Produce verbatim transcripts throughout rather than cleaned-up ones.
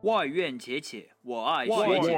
外院且且，我爱学姐。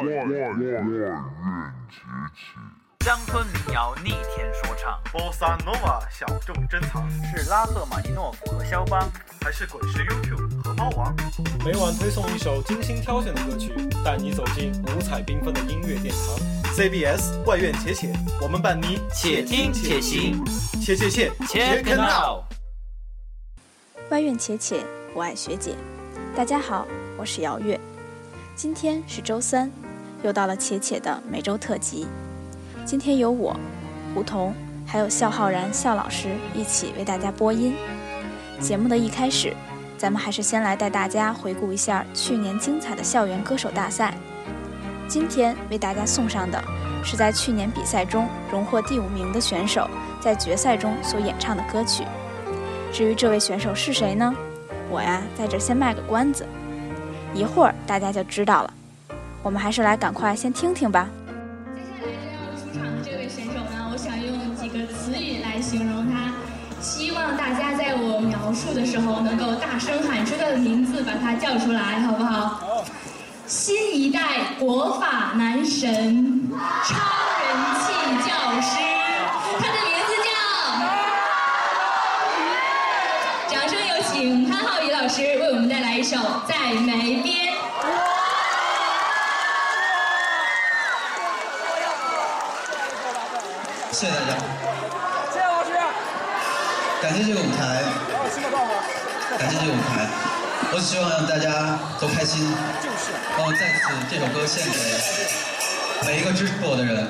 乡村民谣逆天说唱， 波萨诺瓦小众珍藏， 是拉赫玛尼诺夫和肖邦， 还是滚石 YouTube 和猫王？ 每晚推送一首精心挑选的歌曲，带你走进五彩缤纷的音乐殿堂。 C B S 外院且且，我们伴你且听且行， 且且且且 Check it out。 外院且且，我爱学姐。大家好，我是姚月。今天是周三，又到了且且的每周特辑。今天由我、胡同还有笑浩然笑老师一起为大家播音。节目的一开始，咱们还是先来带大家回顾一下去年精彩的校园歌手大赛。今天为大家送上的是在去年比赛中荣获第五名的选手在决赛中所演唱的歌曲。至于这位选手是谁呢？我呀，在这先卖个关子，一会儿大家就知道了。我们还是来赶快先听听吧。 接下来要出场的这位选手呢，我想用几个词语来形容他，希望大家在我描述的时候能够大声喊出他的名字，把他叫出来，好不好？好。新一代国法男神，超人气教师，他的名字叫……掌声有请潘浩宇老师为我们带来一首《在梅边》。 谢谢大家，谢谢老师，感谢这个舞台，感谢这个舞台，我只希望让大家都开心。让我在此这首歌献给每一个支持我的人。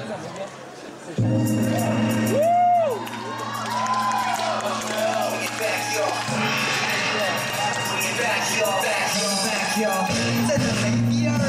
在这梅边儿。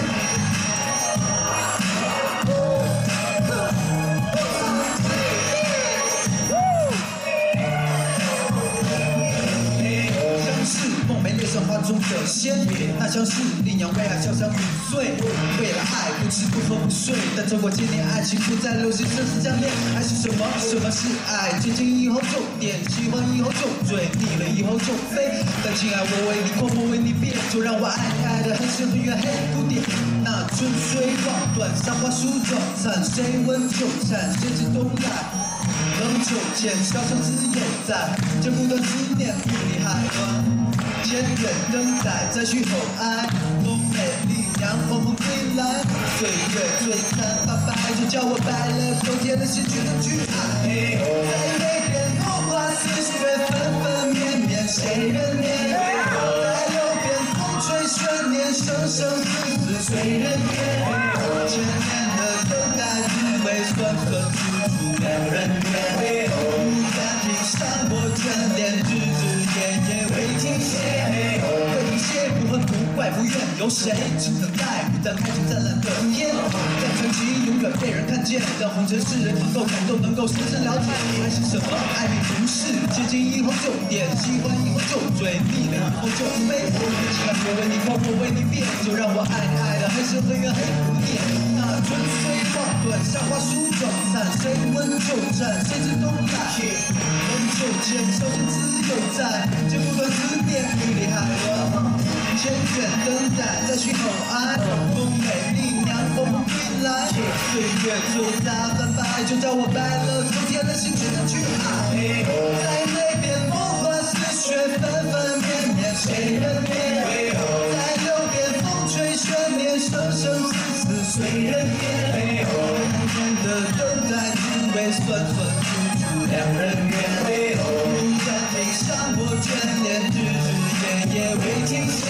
花中的仙女，那像是羚羊为爱潇湘五岁，为了爱不吃不喝不睡，但走过千年，爱情不再流行，生死相恋，爱是什么？什么是爱？接近以后就点，喜欢以后就追，腻了以后就飞。但亲爱我为你狂，我为你变，就让我爱你爱的很深很远，黑蝴蝶。那春水望断，沙发梳妆残，谁闻秋蝉？谁知冬来？冷酒间，笑声自由在，剪不断思念，雾里海湾。千远等待，再续后爱，风美丽娘黄昏归来，岁月摧残，把白就叫我白了，秋天的心却能去爱。在那边落花似雪，纷纷绵绵，谁人念？在右边风吹悬念，生生死死谁人念？千年的等待，滋味酸酸楚楚，两人缘。不敢听山坡眷恋，日日夜夜未停歇。为一切不恨不怪不怨，有谁只等待不但开出灿烂的天？让传奇永远被人看见，让红尘世人能够感动，能够深深了解爱是什么。爱并不是接近以后就点，喜欢以后就追，腻了以后就飞。情爱我为你狂，我为你变，就让我爱你爱的很深很远，黑蝴蝶。那春水望断，夏花梳妆残，谁闻秋蝉？谁知冬来？冷酒间，笑声自由在，剪不断思念，雨里海湾。千远等待，再续后爱，风美丽娘黄昏归来，岁月最大反白，就叫我白了，秋天的心却能去爱。在那边落花似雪，纷纷绵绵，谁人念？在右边风吹悬念，生生死死谁人念？无言的等待，滋味酸酸楚楚，两人缘。不暂停，山坡眷恋，日日夜夜未停歇。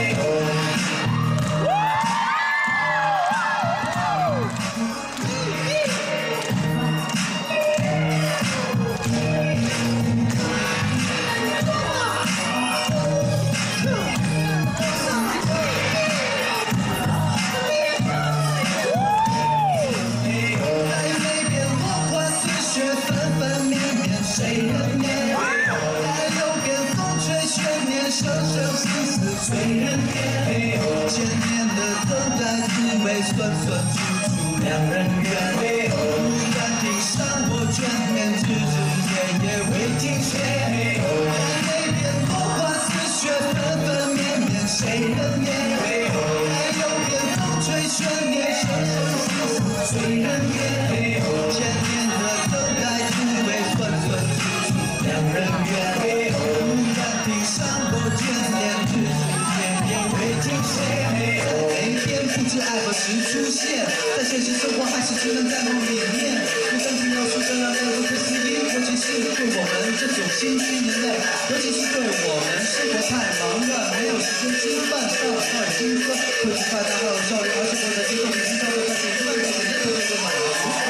随人念，千年的等待，滋味酸酸楚楚，两人缘。不敢听山坡眷恋，日日夜夜未停歇。在那边落花似雪，纷纷绵绵，谁人念？在实出现，在现实生活还是只能在梦里面。不断去描述这样的不可思议，尤其是对我们这种新兴人类，尤其是对我们生活太忙乱，没有时间吃饭、上班、听歌，科技发达还有效率，而且我的节奏比经常都在紧张的时间特别的满足。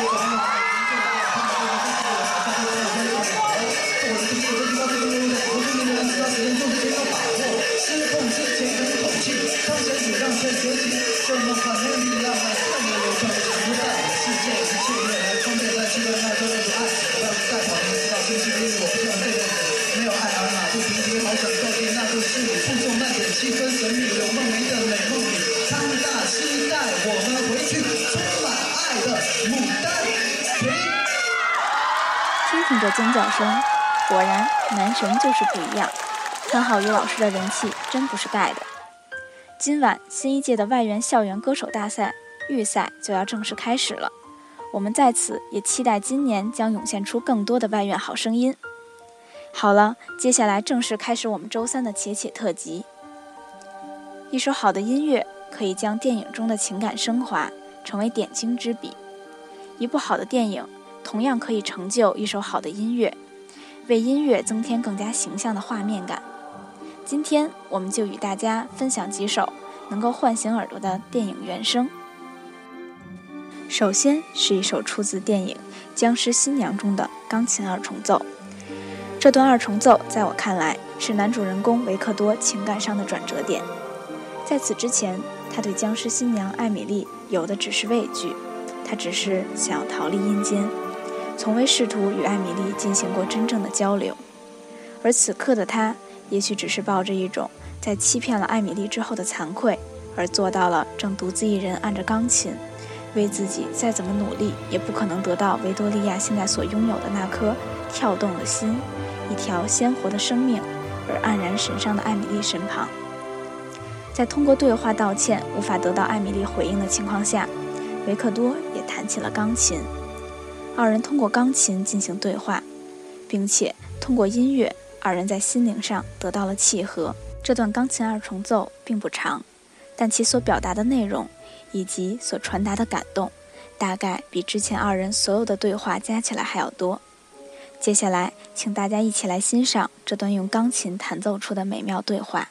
这么快能力浪漫，看着流畅的时代，世界一切越来越方便，但期待那就那种爱，不要再跑，你知道星期日我不想这样子，没有爱而马不停蹄，好想靠近，那就是你，负重慢点，气氛神秘，有梦没的美梦里，汤大期待我们回去，充满爱的牡丹亭。 听听这尖叫声，果然男神就是不一样，潘浩宇老师的人气真不是盖的。今晚新一届的外援校园歌手大赛预赛就要正式开始了，我们在此也期待今年将涌现出更多的外援好声音。好了，接下来正式开始我们周三的且且特辑。一首好的音乐可以将电影中的情感升华成为点睛之笔，一部好的电影同样可以成就一首好的音乐，为音乐增添更加形象的画面感。今天我们就与大家分享几首能够唤醒耳朵的电影原声。首先是一首出自电影《僵尸新娘》中的钢琴二重奏。这段二重奏在我看来是男主人公维克多情感上的转折点。在此之前，他对僵尸新娘艾米丽有的只是畏惧，他只是想要逃离阴间，从未试图与艾米丽进行过真正的交流。而此刻的他也许只是抱着一种在欺骗了艾米丽之后的惭愧，而做到了正独自一人按着钢琴，为自己再怎么努力也不可能得到维多利亚现在所拥有的那颗跳动的心，一条鲜活的生命，而黯然神伤的艾米丽身旁。在通过对话道歉无法得到艾米丽回应的情况下，维克多也弹起了钢琴。二人通过钢琴进行对话，并且通过音乐，二人在心灵上得到了契合。这段钢琴二重奏并不长，但其所表达的内容以及所传达的感动，大概比之前二人所有的对话加起来还要多。接下来，请大家一起来欣赏这段用钢琴弹奏出的美妙对话。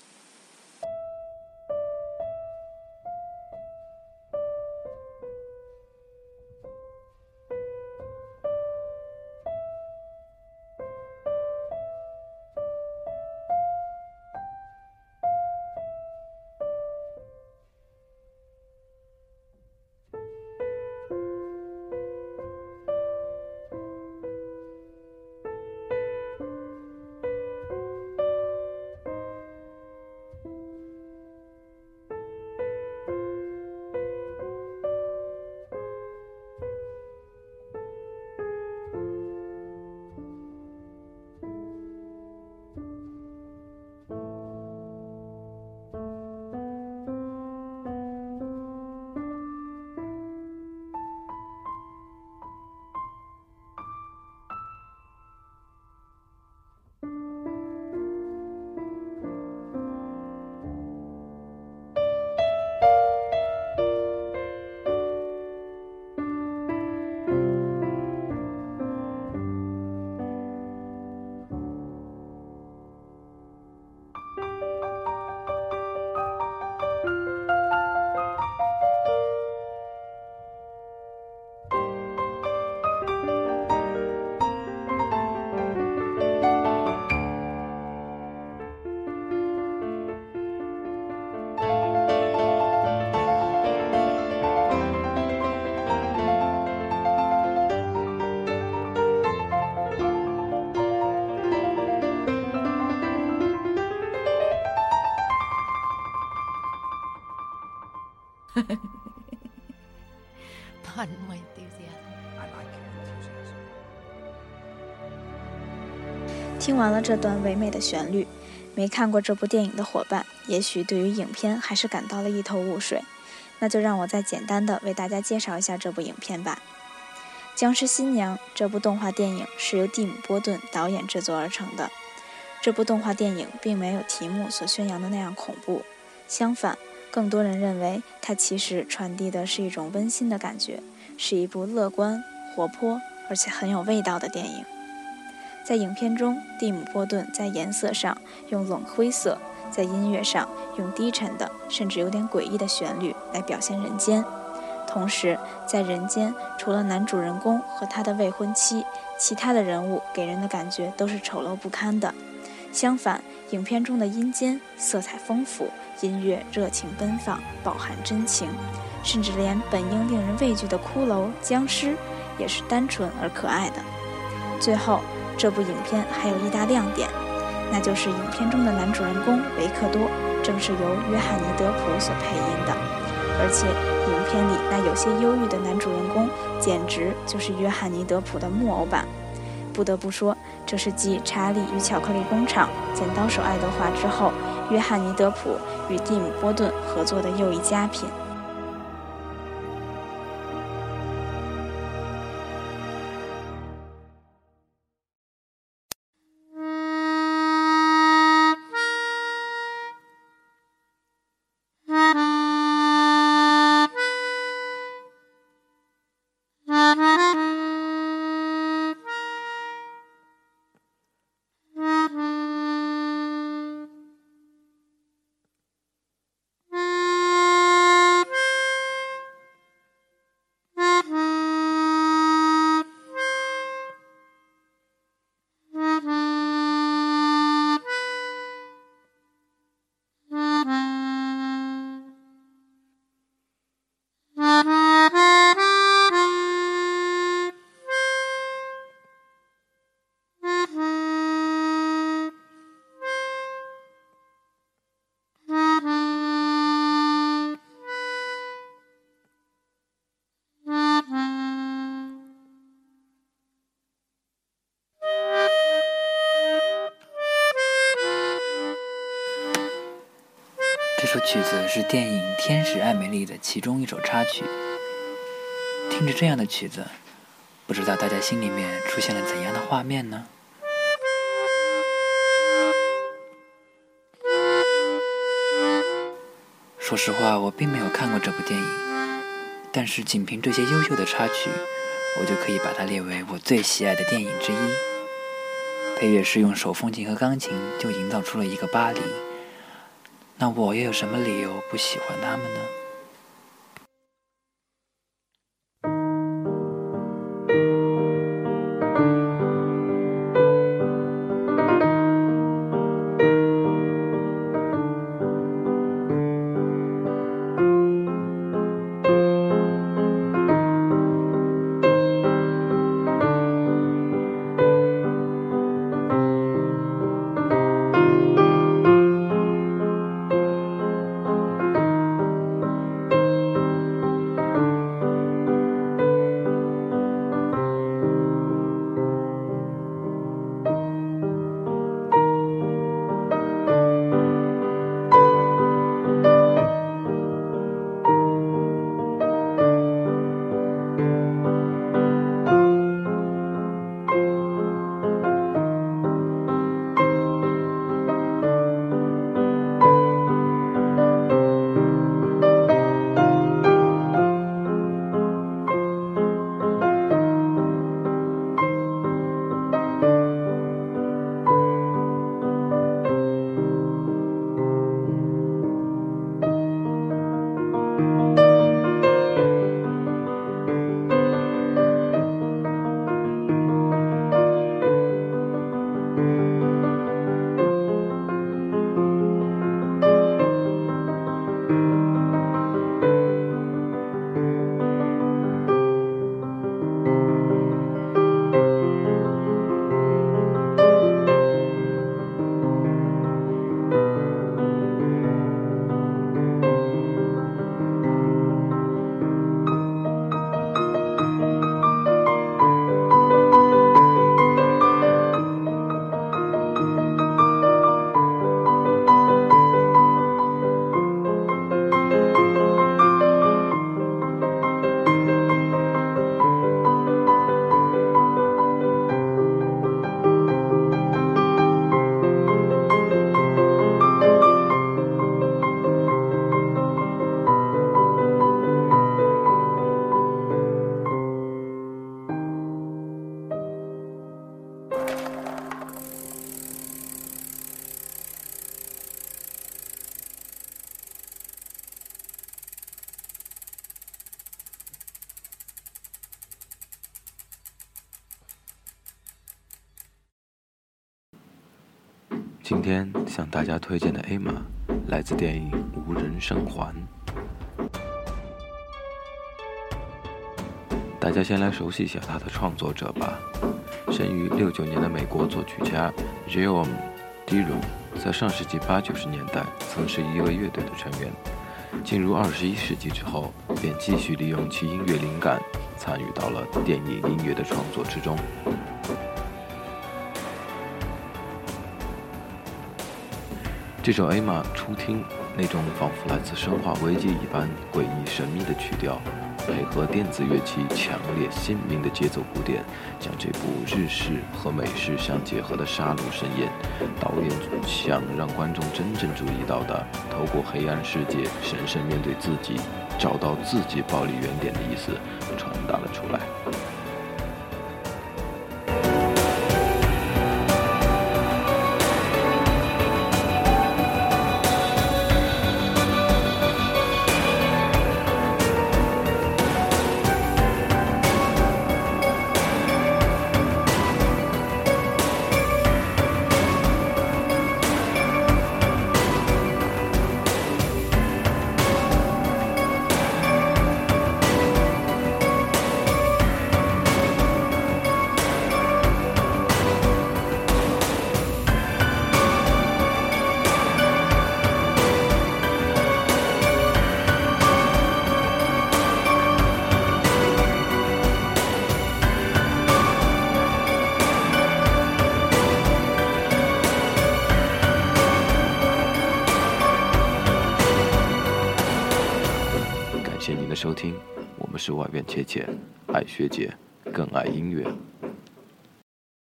Pardon my enthusiasm. I like your enthusiasm. 听完了这段唯美的旋律，没看过这部电影的伙伴，也许对于影片还是感到了一头雾水。那就让我再简单的为大家介绍一下这部影片吧。《僵尸新娘》这部动画电影是由蒂姆·波顿导演制作而成的。 ，这部动画电影并没有题目所宣扬的那样恐怖，相反， 更多人认为它其实传递的是一种温馨的感觉，是一部乐观、活泼而且很有味道的电影。在影片中，蒂姆·波顿在颜色上用冷灰色，在音乐上用低沉的甚至有点诡异的旋律来表现人间。同时在人间，除了男主人公和他的未婚妻，其他的人物给人的感觉都是丑陋不堪的。相反，影片中的阴间色彩丰富，音乐热情奔放，饱含真情，甚至连本应令人畏惧的骷髅、僵尸也是单纯而可爱的。最后，这部影片还有一大亮点，那就是影片中的男主人公维克多正是由约翰尼德普所配音的，而且影片里那有些忧郁的男主人公简直就是约翰尼德普的木偶版。不得不说，这是继《查理与巧克力工厂》《剪刀手爱德华》之后，约翰尼德普与蒂姆·波顿合作的又一佳品。 这首曲子是电影《天使艾美丽》的其中一首插曲。听着这样的曲子，不知道大家心里面出现了怎样的画面呢？说实话，我并没有看过这部电影，但是仅凭这些优秀的插曲，我就可以把它列为我最喜爱的电影之一。配乐师用手风琴和钢琴就营造出了一个巴黎，那我又有什么理由不喜欢他们呢？ 今天向大家推荐的 Emma 来自电影《无人生还》。大家先来熟悉一下他的创作者吧。生于六九年的美国作曲家 Jerome Diron， 在上世纪八九十年代曾是一个乐队的成员。进入二十一世纪之后，便继续利用其音乐灵感，参与到了电影音乐的创作之中。这首 Emma 初听那种仿佛来自生化危机一般诡异神秘的曲调，配合电子乐器强烈鲜明的节奏鼓点，将这部日式和美式相结合的杀戮盛宴，导演组想让观众真正注意到的，透过黑暗世界神圣面对自己，找到自己暴力原点的意思传达了出来。感谢您的收听，我们是外院切切，爱学姐，更爱音乐。